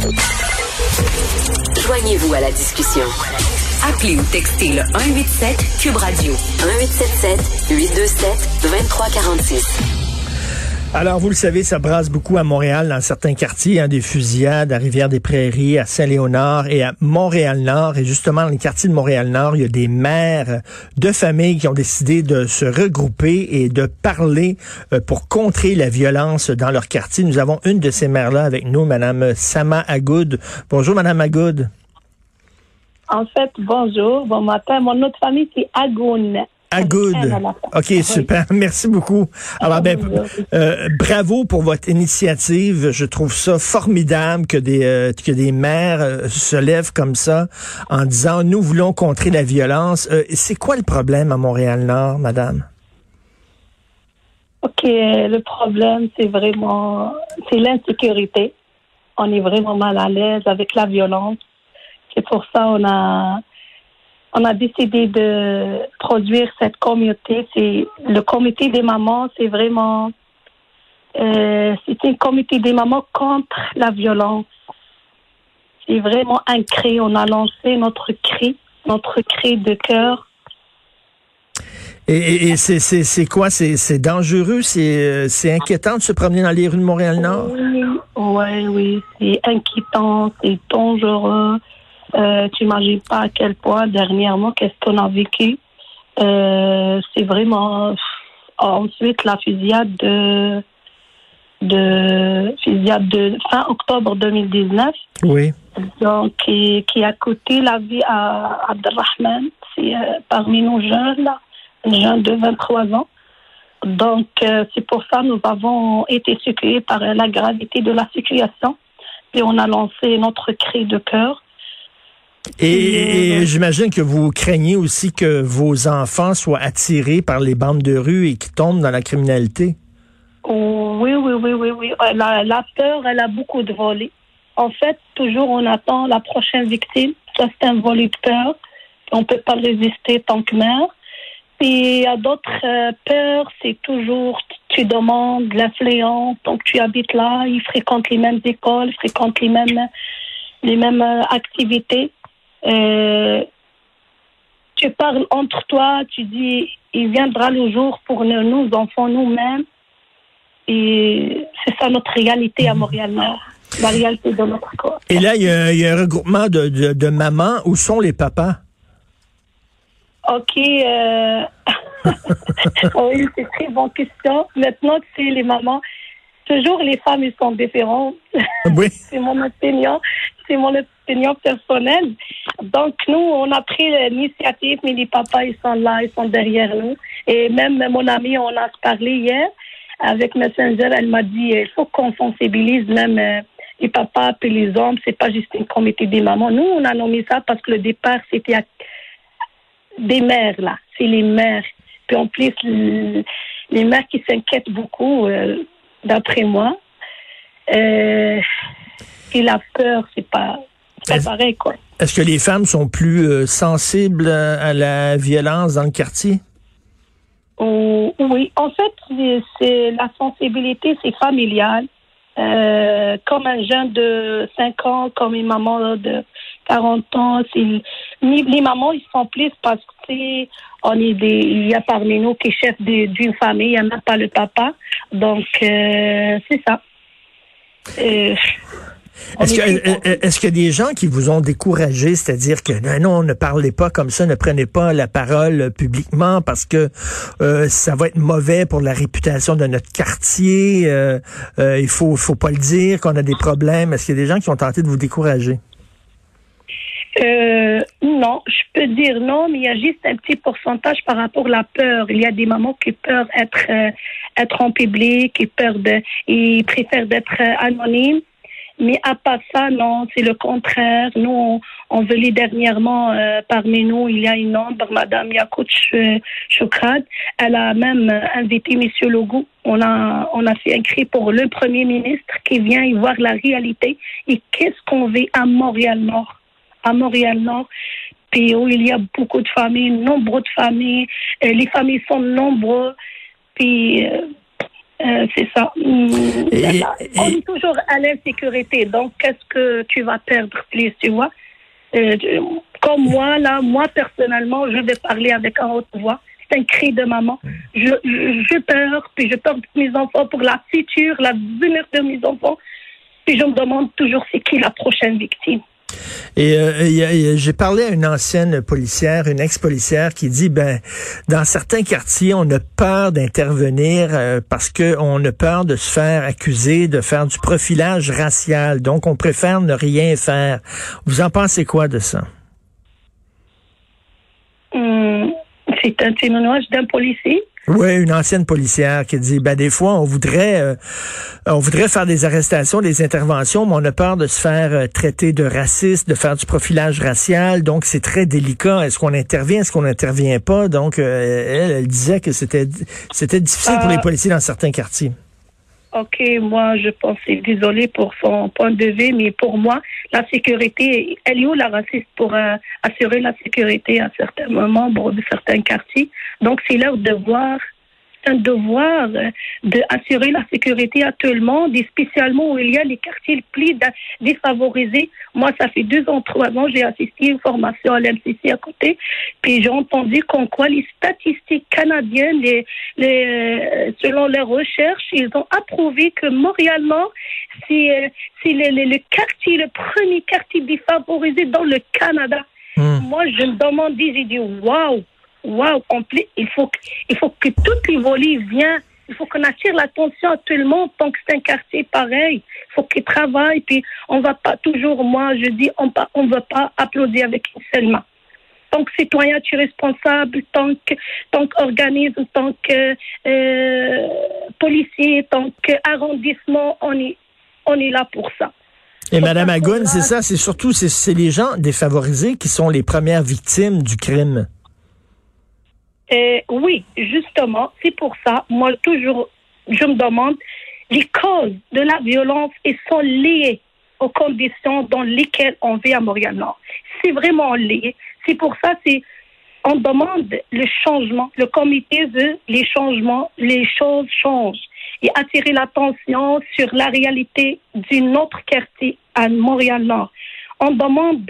Joignez-vous à la discussion. Appelez ou textez le 187 Cube Radio 1877 827 2346. Alors, vous le savez, ça brasse beaucoup à Montréal, dans certains quartiers, des fusillades à Rivière-des-Prairies, à Saint-Léonard et à Montréal-Nord. Et justement, dans les quartiers de Montréal-Nord, il y a des mères de familles qui ont décidé de se regrouper et de parler pour contrer la violence dans leur quartier. Nous avons une de ces mères-là avec nous, Madame Sama Agoud. Bonjour, Madame Agoud. En fait, bonjour, bon matin. Mon nom de famille, c'est Agoun. Agoud. OK, super. Oui. Merci beaucoup. Alors, bravo pour votre initiative. Je trouve ça formidable que des mères se lèvent comme ça en disant, nous voulons contrer la violence. C'est quoi le problème à Montréal-Nord, madame? OK, le problème, c'est l'insécurité. On est vraiment mal à l'aise avec la violence. C'est pour ça on a décidé de produire cette communauté. C'est le comité des mamans, c'est vraiment c'est un comité des mamans contre la violence. C'est vraiment un cri. On a lancé notre cri de cœur. Et c'est quoi? C'est dangereux? C'est inquiétant de se promener dans les rues de Montréal-Nord? Oui. C'est inquiétant, c'est dangereux. Tu n'imagines pas à quel point dernièrement qu'est-ce qu'on a vécu. C'est vraiment ensuite la fusillade de fin octobre 2019. Oui. Donc qui a coûté la vie à Abdelrahman. C'est parmi nos jeunes là, un jeune de 23 ans. Donc c'est pour ça que nous avons été secoués par la gravité de la situation et on a lancé notre cri de cœur. Et j'imagine que vous craignez aussi que vos enfants soient attirés par les bandes de rue et qu'ils tombent dans la criminalité. Oui. La peur, elle a beaucoup de volets. En fait, toujours on attend la prochaine victime. Ça, c'est un volet de peur. On ne peut pas résister tant que mère. Puis il y a d'autres peurs, c'est toujours, tu demandes l'influence, donc tu habites là, ils fréquentent les mêmes écoles, ils fréquentent les mêmes activités. Tu parles entre toi, tu dis, il viendra le jour pour nous enfants, nous-mêmes. Et c'est ça notre réalité à Montréal-Nord, la réalité de notre corps. Et là, il y a un regroupement de mamans. Où sont les papas? OK. Oui, c'est très bonne question. Maintenant, tu sais, les mamans, toujours les femmes, ils sont différentes. Oui. C'est mon opinion personnelle. Donc, nous, on a pris l'initiative, mais les papas, ils sont là, ils sont derrière nous. Et même mon amie, on a parlé hier avec Messenger, elle m'a dit, il faut qu'on sensibilise même les papas et les hommes. C'est pas juste un comité des mamans. Nous, on a nommé ça parce que le départ, c'était des mères, là. C'est les mères. Puis en plus, les mères qui s'inquiètent beaucoup, d'après moi. Et la peur, c'est pas pareil, quoi. Est-ce que les femmes sont plus sensibles à la violence dans le quartier? Oui. En fait, c'est la sensibilité, c'est familial. Comme un jeune de 5 ans, comme une maman de 40 ans. Les mamans, ils sont plus parce que il y a parmi nous qui est chef d'une famille, il n'y a même pas le papa. Donc, c'est ça. Est-ce qu'il y a des gens qui vous ont découragé, c'est-à-dire que non, ne parlez pas comme ça, ne prenez pas la parole publiquement parce que ça va être mauvais pour la réputation de notre quartier, il faut pas le dire qu'on a des problèmes. Est-ce qu'il y a des gens qui ont tenté de vous décourager? Non, je peux dire non, mais il y a juste un petit pourcentage par rapport à la peur. Il y a des mamans qui peuvent être en public, ils préfèrent d'être anonymes. Mais à part ça, non, c'est le contraire. Nous, on venait dernièrement parmi nous, il y a une ombre, Madame Yacout Choukrat. Elle a même invité Monsieur Legault. On a fait un cri pour le Premier ministre qui vient y voir la réalité. Et qu'est-ce qu'on vit à Montréal-Nord? À Montréal-Nord, puis où il y a beaucoup de familles, nombreuses familles. Les familles sont nombreuses. Puis C'est ça. On est toujours à l'insécurité. Donc, qu'est-ce que tu vas perdre plus, tu vois? Comme moi, personnellement, je vais parler avec un haute voix. C'est un cri de maman. Je peur, puis je peur de mes enfants pour la future, l'avenir de mes enfants. Puis je me demande toujours c'est qui la prochaine victime. Et j'ai parlé à une ancienne policière, une ex-policière qui dit, dans certains quartiers, on a peur d'intervenir parce que on a peur de se faire accuser de faire du profilage racial. Donc, on préfère ne rien faire. Vous en pensez quoi de ça? C'est un témoignage d'un policier. Oui, une ancienne policière qui dit, des fois, on voudrait faire des arrestations, des interventions, mais on a peur de se faire traiter de raciste, de faire du profilage racial, donc c'est très délicat. Est-ce qu'on intervient, est-ce qu'on n'intervient pas? Donc, elle disait que c'était difficile pour les policiers dans certains quartiers. OK, moi, je pensais, désolée pour son point de vue, mais pour moi, la sécurité, elle est où la raciste pour assurer la sécurité à certains moments de certains quartiers? Donc, c'est leur devoir, un devoir d'assurer la sécurité à tout le monde, et spécialement où il y a les quartiers les plus défavorisés. Moi, ça fait 2 ans, 3 ans, j'ai assisté à une formation à l'MCC à côté, puis j'ai entendu qu'en quoi les statistiques canadiennes, selon leurs recherches, ils ont approuvé que Montréal-Nord, c'est le quartier, le premier quartier défavorisé dans le Canada. Moi, je me demandais, j'ai dit, waouh, complet. Il faut que toutes les volées viennent. Il faut qu'on attire l'attention à tout le monde tant que c'est un quartier pareil. Il faut qu'ils travaillent. Puis on va pas toujours, moi je dis, on ne va pas applaudir avec une seule main. Tant que citoyen, tu es responsable. Tant qu'organisme, tant que policier, tant qu'arrondissement, on est là pour ça. Et Mme Agoun, c'est ça, c'est les gens défavorisés qui sont les premières victimes du crime. Oui, justement, c'est pour ça, moi, toujours, je me demande, les causes de la violence, elles sont liées aux conditions dans lesquelles on vit à Montréal-Nord. C'est vraiment lié. C'est pour ça, on demande le changement. Le comité veut les changements, les choses changent. Et attirer l'attention sur la réalité d'une autre quartier à Montréal-Nord. On demande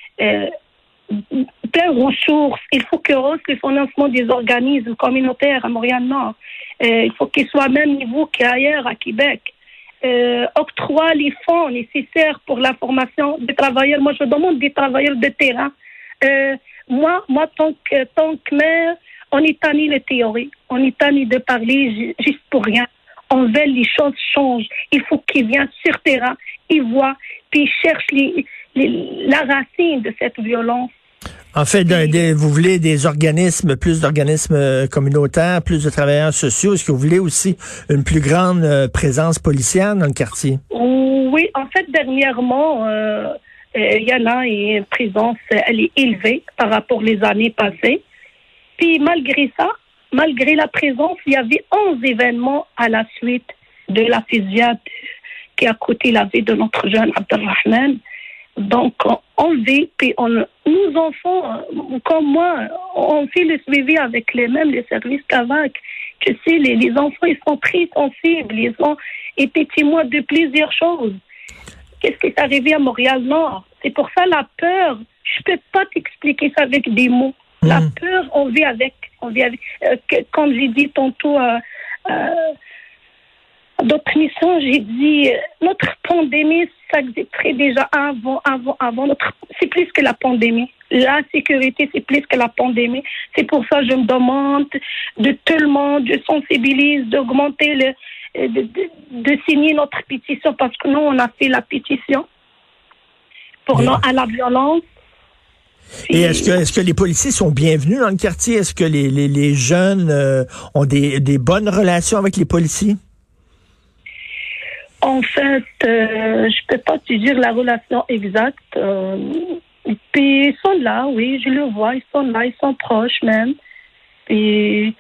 plein de ressources. Il faut que hausse le financement des organismes communautaires à Montréal-Nord. Il faut qu'il soit au même niveau qu'ailleurs à Québec. Octroie les fonds nécessaires pour la formation des travailleurs. Moi, je demande des travailleurs de terrain. Moi, tant que maire, on est tanné de théorie. On est tanné de parler juste pour rien. On veut les choses changent. Il faut qu'ils viennent sur terrain, ils voient, puis ils cherchent la racine de cette violence. En fait, vous voulez plus d'organismes communautaires, plus de travailleurs sociaux. Est-ce que vous voulez aussi une plus grande présence policière dans le quartier? Oui, en fait, dernièrement, il y en a une présence, elle est élevée par rapport aux années passées. Puis malgré ça, malgré la présence, il y avait 11 événements à la suite de la fusillade qui a coûté la vie de notre jeune Abdelrahman. Donc, on vit, puis nous enfants, comme moi, on fait le suivi avec les services CAVAC. Tu sais, les enfants, ils sont très sensibles, ils ont été témoins de plusieurs choses. Qu'est-ce qui est arrivé à Montréal-Nord? C'est pour ça la peur, je peux pas t'expliquer ça avec des mots. La peur, on vit avec. Comme j'ai dit tantôt d'autres missions, j'ai dit notre pandémie, ça existerait déjà avant c'est plus que la pandémie. La sécurité, c'est plus que la pandémie. C'est pour ça que je me demande de tout le monde, je sensibilise, d'augmenter de signer notre pétition, parce que nous, on a fait la pétition pour non à la violence. Et est-ce que les policiers sont bienvenus dans le quartier? Est-ce que les jeunes ont des bonnes relations avec les policiers? En fait, je peux pas te dire la relation exacte. Puis ils sont là, oui, je le vois, ils sont là, ils sont proches même. Puis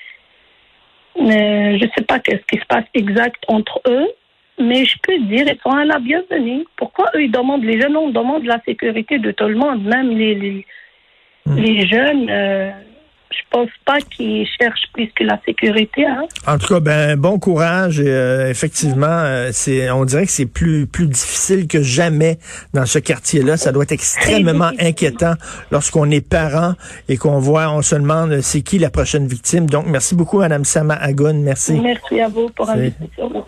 je sais pas qu'est-ce qui se passe exact entre eux, mais je peux dire ils sont à la bienvenue. Pourquoi eux ils demandent, les jeunes, on demande la sécurité de tout le monde, même les jeunes. Je pense pas qu'ils cherchent plus que la sécurité. Hein. En tout cas, ben bon courage. Et, effectivement, on dirait que c'est plus difficile que jamais dans ce quartier-là. Ça doit être extrêmement inquiétant lorsqu'on est parent et on se demande c'est qui la prochaine victime. Donc, merci beaucoup, Mme Sama Agoun. Merci. Merci à vous pour l'invitation.